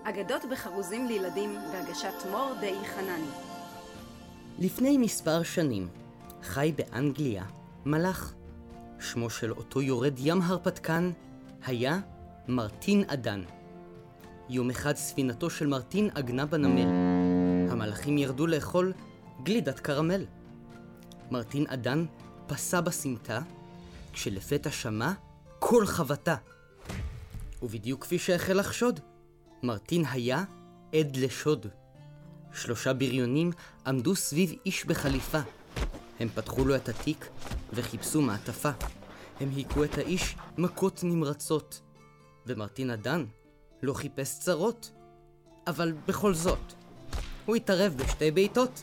אגדות בחרוזים לילדים בהגשת מור די חנני. לפני מספר שנים חי באנגליה מלאך. שמו של אותו יורד ים הרפתקן היה מרטין אדן. יום אחד ספינתו של מרטין עגנה בנמל. המלאכים ירדו לאכול גלידת קרמל. מרטין אדן פסע בסמטה, כשלפתע שמע קול חבטה. ובדיוק כפי שהחל לחשוד, מרטין היה עד לשוד. 3 בריונים עמדו סביב איש בחליפה. הם פתחו לו את התיק וחיפשו מעטפה. הם היכו את האיש מכות נמרצות. ומרטין אדן לא חיפש צרות. אבל בכל זאת, הוא התערב בשתי בעיטות.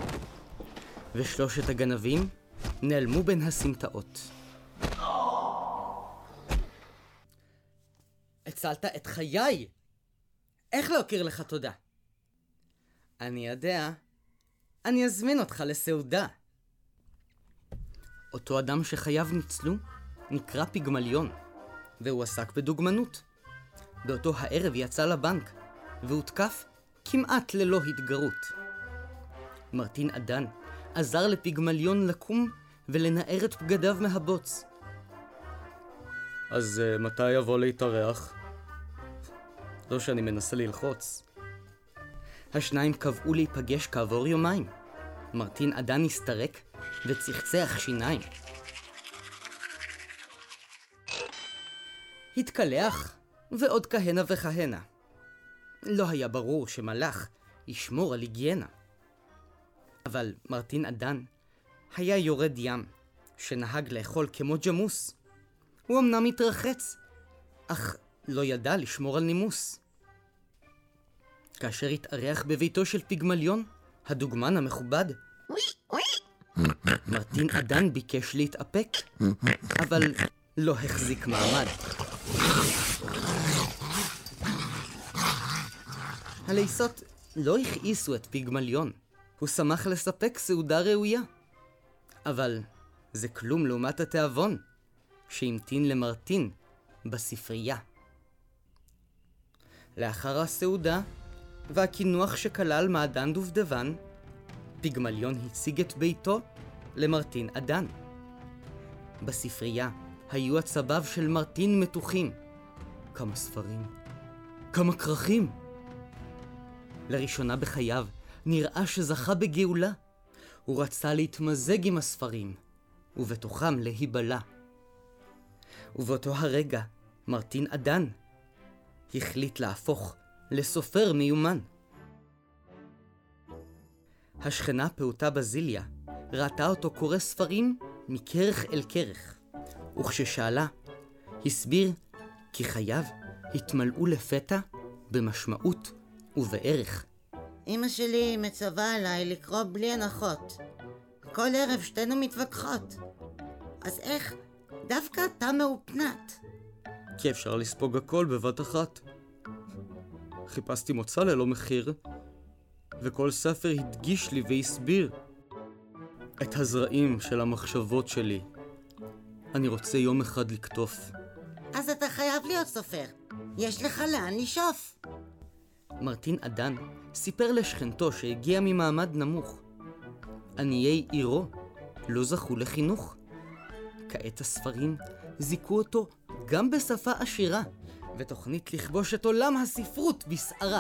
ו3 הגנבים נעלמו בין הסמטאות. הצלת את חיי! איך להכיר לך תודה? אני יודע, אני אזמין אותך לסעודה. אותו אדם שחייו ניצלו נקרא פיגמליון, והוא עסק בדוגמנות. באותו הערב יצא לבנק, והותקף כמעט ללא התגרות. מרטין אדן עזר לפיגמליון לקום ולנער את בגדיו מהבוץ. אז מתי יבוא להתארח? לא שאני מנסה ללחוץ. השניים קבעו להיפגש כעבור יומיים. מרטין אדן הסתרק וצחצח שיניים. התקלח ועוד כהנה וכהנה. לא היה ברור שמלאך ישמור על היגיינה. אבל מרטין אדן היה יורד ים שנהג לאכול כמו ג'מוס. הוא אמנם התרחץ, אך לא ידע לשמור על נימוס. כאשר התארח בביתו של פיגמליון, הדוגמן המכובד, מרטין אדן ביקש להתאפק, אבל לא החזיק מעמד. הליסות לא הכעיסו את פיגמליון. הוא שמח לספק סעודה ראויה. אבל זה כלום לעומת התיאבון שהמתין למרטין בספרייה. לאחר הסעודה והכינוח שכלל מעדן דובדבן, פיגמליון הציג את ביתו למרטין אדן. בספרייה היו עצביו של מרטין מתוחים. כמה ספרים, כמה כרכים. לראשונה בחייו נראה שזכה בגאולה. הוא רצה להתמזג עם הספרים, ובתוכם להיבלה. ובאותו הרגע מרטין אדן החליט להפוך לסופר מיומן. השכנה פעוטה בזיליה ראתה אותו קורא ספרים מכרך אל כרך, וכששאלה הסביר כי חייו התמלאו לפתע במשמעות ובערך. אמא שלי מצווה עליי לקרוא בלי הנחות. כל ערב שתינו מתווכחות. אז איך דווקא אתה מאופנת? כי אפשר לספוג הכל בבת אחת. חיפשתי מוצא ללא מחיר, וכל ספר הדגיש לי והסביר את הזרעים של המחשבות שלי. אני רוצה יום אחד לקטוף. אז אתה חייב להיות סופר. יש לך לאן לשאוף. מרטין אדן סיפר לשכנתו שהגיע ממעמד נמוך. עניי עירו לא זכו לחינוך. כעת הספרים זיקו אותו גם בשפה עשירה, ותוכנית לכבוש את עולם הספרות בסערה.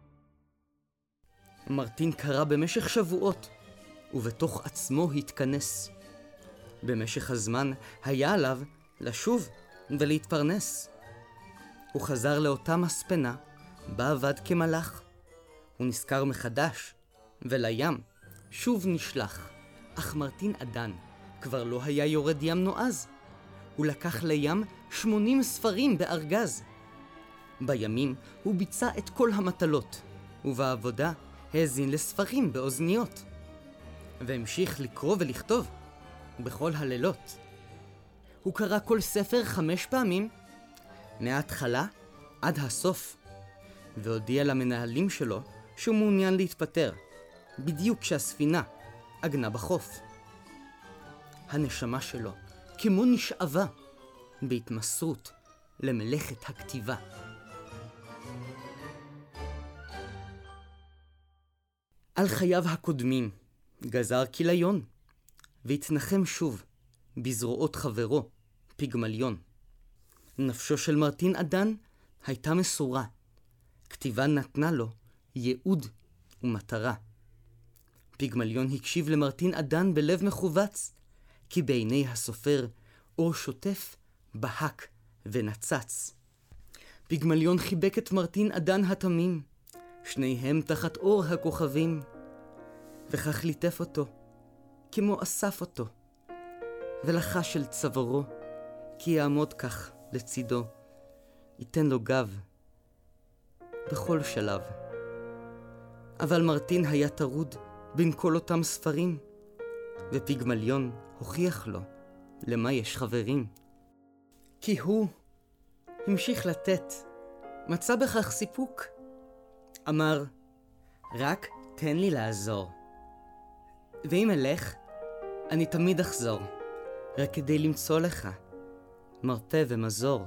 מרטין קרא במשך שבועות, ובתוך עצמו התכנס. במשך הזמן היה עליו לשוב ולהתפרנס. הוא חזר לאותה מספנה, בה עבד כמלאך. הוא נזכר מחדש, ולים שוב נשלח. אך מרטין אדן כבר לא היה יורד ים נועז. הוא לקח לים 80 ספרים בארגז. בימים הוא ביצע את כל המטלות, ובעבודה האזין לספרים באוזניות. והמשיך לקרוא ולכתוב בכל הלילות. הוא קרא כל ספר 5 פעמים, מההתחלה עד הסוף, והודיע למנהלים שלו שהוא מעוניין להתפטר, בדיוק כשהספינה עגנה בחוף. הנשמה שלו כמו נשאבה בהתמסרות למלאכת הכתיבה. על חייו הקודמים גזר כיליון, והתנחם שוב בזרועות חברו, פיגמליון. נפשו של מרטין אדן הייתה מסורה. כתיבה נתנה לו ייעוד ומטרה. פיגמליון הקשיב למרטין אדן בלב מחובץ, כי בעיני הסופר אור שוטף בהק ונצץ. פיגמליון חיבק את מרטין אדן התמים, שניהם תחת אור הכוכבים, וכך ליטף אותו, כמו אסף אותו, ולחש אל צווארו, כי יעמוד כך לצידו, ייתן לו גב בכל שלב. אבל מרטין היה טרוד בין כל אותם ספרים, ופיגמליון הוכיח לו למה יש חברים. כי הוא המשיך לתת, מצא בכך סיפוק. אמר, רק תן לי לעזור. ואם אלך, אני תמיד אחזור, רק כדי למצוא לך מרפא ומזור.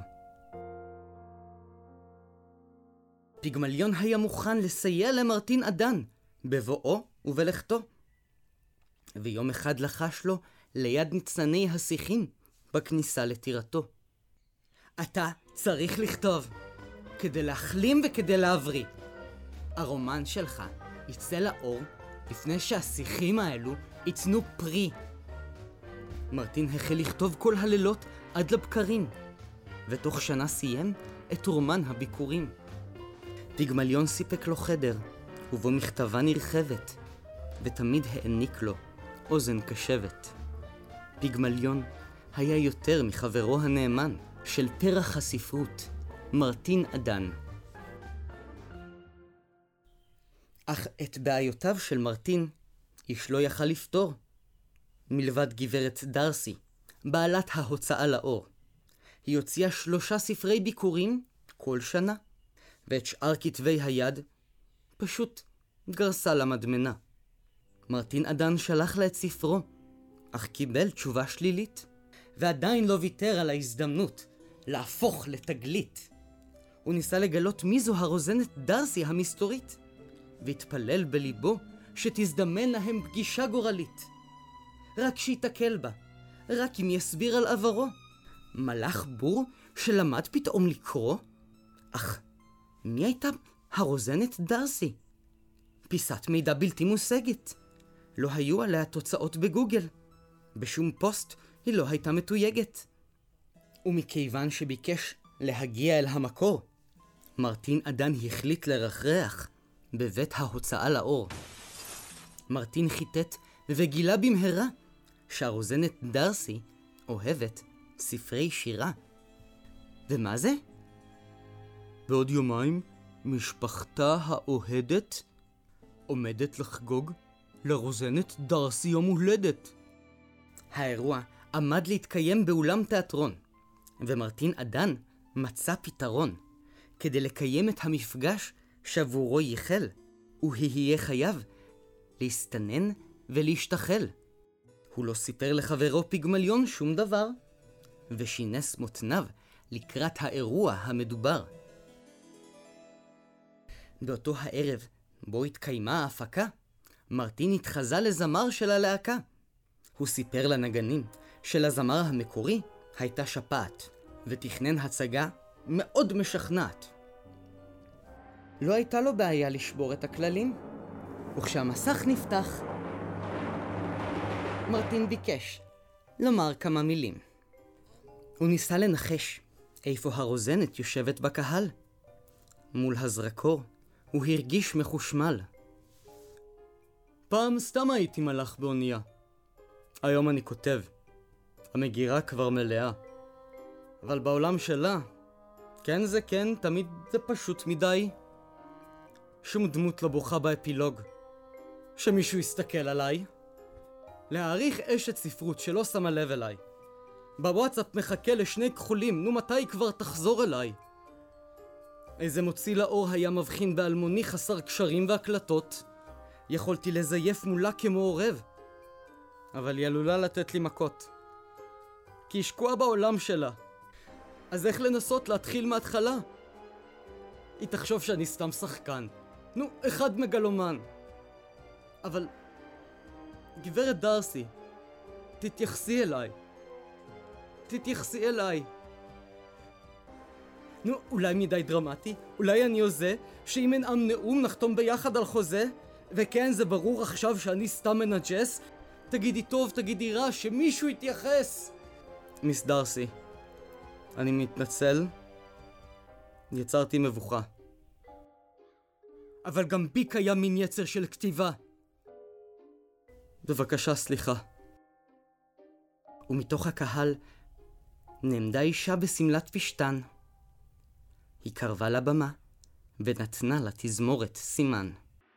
פיגמליון היה מוכן לסייע למרטין אדן בבואו ובלכתו. ויום אחד לחש לו ליד ניצני השיחים בכניסה לטירתו. אתה צריך לכתוב, כדי להחלים וכדי להבריא. הרומן שלך יצא לאור לפני שהשיחים האלו יצנו פרי. מרטין החל לכתוב כל הלילות עד לבקרים, ותוך שנה סיים את רומן הביקורים. פיגמליון סיפק לו חדר, ובו מכתבה נרחבת, ותמיד העניק לו אוזן קשבת. פיגמליון היה יותר מחברו הנאמן של פרח הספרות, מרטין אדן. אך את בעיותיו של מרטין איש לא יכל לפתור, מלבד גברת דרסי, בעלת ההוצאה לאור. היא הוציאה 3 ספרי ביקורים כל שנה, ואת שאר כתבי היד פשוט גרסה למדמנה. מרטין אדן שלח לה את ספרו, אך קיבל תשובה שלילית, ועדיין לא ויתר על ההזדמנות להפוך לתגלית. הוא ניסה לגלות מי זו הרוזנת דרסי המסתורית, והתפלל בליבו שתזדמן להם פגישה גורלית. רק שיתקל בה, רק אם יסביר על עברו. מלאך בור שלמד פתאום לקרוא? אך מי הייתה הרוזנת דרסי? פיסת מידע בלתי מושגת. לא היו עליה תוצאות בגוגל. בשום פוסט היא לא הייתה מתויגת. ומכיוון שביקש להגיע אל המקור, מרטין אדן החליט לרחרח בבית ההוצאה לאור. מרטין חיטט וגילה במהרה שהרוזנת דרסי אוהבת ספרי שירה. ומה זה? בעוד יומיים משפחתה האוהדת עומדת לחגוג לרוזנת דרסי יום הולדת. האירוע עמד להתקיים באולם תיאטרון, ומרטין אדן מצא פתרון כדי לקיים את המפגש שעבורו ייחל, הוא יהיה חייב להסתנן ולהשתחל. הוא לא סיפר לחברו פיגמליון שום דבר, ושינס מותניו לקראת האירוע המדובר. באותו הערב בו התקיימה ההפקה, מרטין התחזה לזמר של הלהקה. הוא סיפר לנגנים שלזמר המקורי הייתה שפעת, ותכנן הצגה מאוד משכנעת. לא הייתה לו בעיה לשבור את הכללים, וכשהמסך נפתח, מרטין ביקש לומר כמה מילים. הוא ניסה לנחש איפה הרוזנת יושבת בקהל. מול הזרקור הוא הרגיש מחושמל. פעם סתם הייתי מלאך באונייה. היום אני כותב. המגירה כבר מלאה. אבל בעולם שלה, כן זה כן, תמיד זה פשוט מדי. שום דמות לא בוכה באפילוג. שמישהו יסתכל עליי. להעריך אשת ספרות שלא שמה לב אליי. בוואטסאפ מחכה לשני כחולים, נו מתי כבר תחזור אליי? איזה מוציא לאור היה מבחין באלמוני חסר קשרים והקלטות. יכולתי לזייף מולה כמו עורב. אבל היא עלולה לתת לי מכות. כי היא שקועה בעולם שלה. אז איך לנסות להתחיל מההתחלה? היא תחשוב שאני סתם שחקן. נו, אחד מגלומן. אבל... גברת דארסי, תתייחסי אליי. תתייחסי אליי. נו, אולי מדי דרמטי? אולי אני הוזה? שאם אנאם נאום נחתום ביחד על חוזה? וכן, זה ברור עכשיו שאני סתם מנג'ס? תגידי טוב, תגידי רע, שמישהו יתייחס. מיס דארסי, אני מתנצל. יצרתי מבוכה. אבל גם בי קיים מין יצר של כתיבה. בבקשה, סליחה. ומתוך הקהל נעמדה אישה בסמלת פשטן. היא קרבה לבמה ונתנה לתזמורת סימן.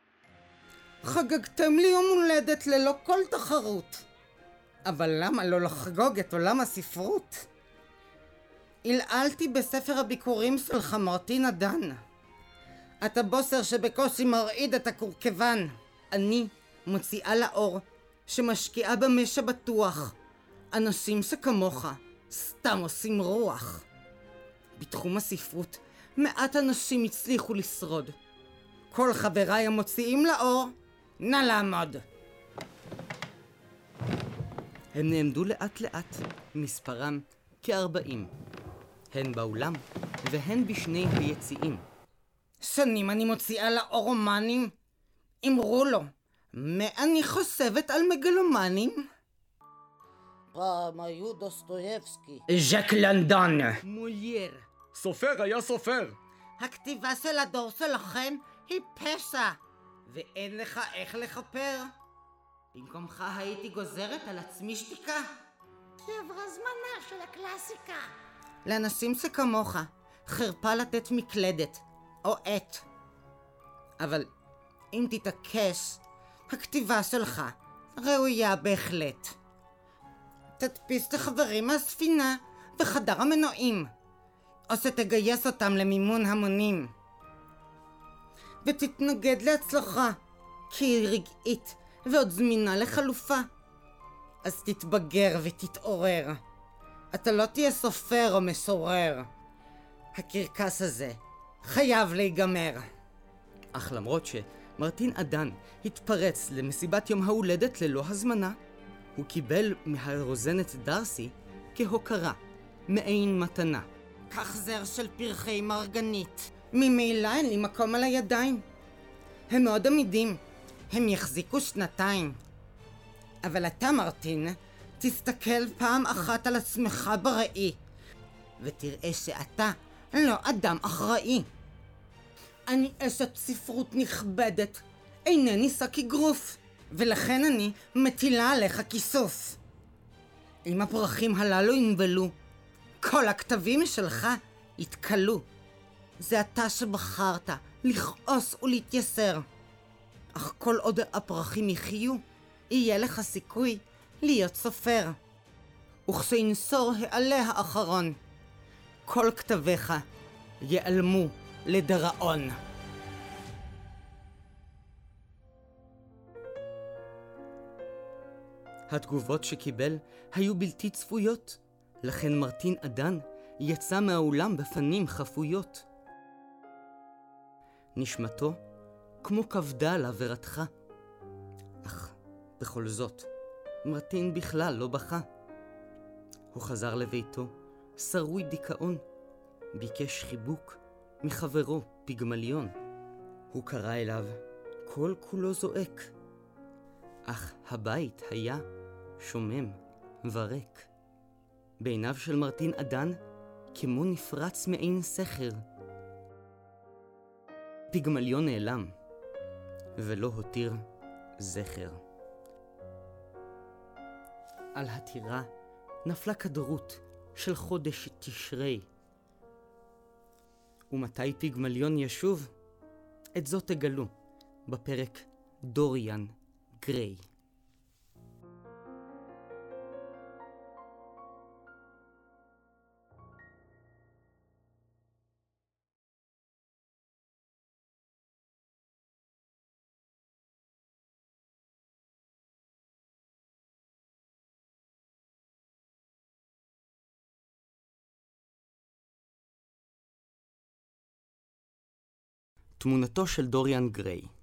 חגגתם לי יום הולדת ללא כל תחרות. אבל למה לא לחגוג את עולם הספרות? הלעלתי בספר הביקורים שלך, מרטין אדן. אתה בוסר שבקושי מרעיד את הקורקבן. אני מוציאה לאור שמשקיעה במש הבטוח. אנשים שכמוך סתם עושים רוח. בתחום הספרות מעט אנשים הצליחו לשרוד. כל חבריי המוציאים לאור, נא לעמוד. הם נעמדו לאט לאט, מספרם כ-40. הן באולם והן בשני היציאים. שנים אני מוציאה לאור רומנים? אמרו לו, מה אני חושבת על מגלומנים? פעם היו דוסטויבסקי, ז'ק לנדון, מולייר. סופר היה סופר. הכתיבה של הדור שלכם היא פשע, ואין לך איך לכפר. במקומך הייתי גוזרת על עצמי שתיקה. כי עברה זמנה של הקלאסיקה. לאנשים שכמוך חרפה לתת מקלדת או עט. אבל אם תתעקש, הכתיבה שלך ראויה בהחלט. תדפיס לחברים מהספינה וחדר המנועים, או שתגייס אותם למימון המונים. ותתנגד להצלחה, כי היא רגעית ועוד זמינה לחלופה. אז תתבגר ותתעורר. אתה לא תהיה סופר או משורר. הקרקס הזה חייב להיגמר. אך למרות שמרטין אדן התפרץ למסיבת יום ההולדת ללא הזמנה, הוא קיבל מהרוזנת דארסי כהוקרה, מעין מתנה. כך זר של פרחי מרגנית. ממילא אין לי מקום על הידיים. הם מאוד עמידים. הם יחזיקו 2. אבל אתה, מרטין, תסתכל פעם אחת על עצמך בראי, ותראה שאתה לא אדם אחראי. אני אשת ספרות נכבדת, אינני שק אגרוף, ולכן אני מטילה עליך כיסוף. אם הפרחים הללו ינבלו, כל הכתבים שלך יתקלו. זה אתה שבחרת לכעוס ולהתייסר. אך כל עוד הפרחים יחיו, יהיה לך סיכוי להיות סופר. וכשינסור העלה האחרון, כל כתביך ייעלמו לדראון. התגובות שקיבל היו בלתי צפויות, לכן מרטין אדן יצא מהאולם בפנים חפויות. נשמתו כמו כבדה על עבירתך. אך בכל זאת, מרטין בכלל לא בכה. הוא חזר לביתו, שרוי דיכאון, ביקש חיבוק מחברו פיגמליון. הוא קרא אליו, כל כולו זועק. אך הבית היה שומם וריק. בעיניו של מרטין אדן כמו נפרץ מעין סכר. פיגמליון נעלם, ולא הותיר זכר. על הטירה נפלה כדרות של חודש תשרי. ומתי פיגמליון ישוב? את זאת תגלו בפרק דוריאן גריי. תמונתו של דוריאן גריי.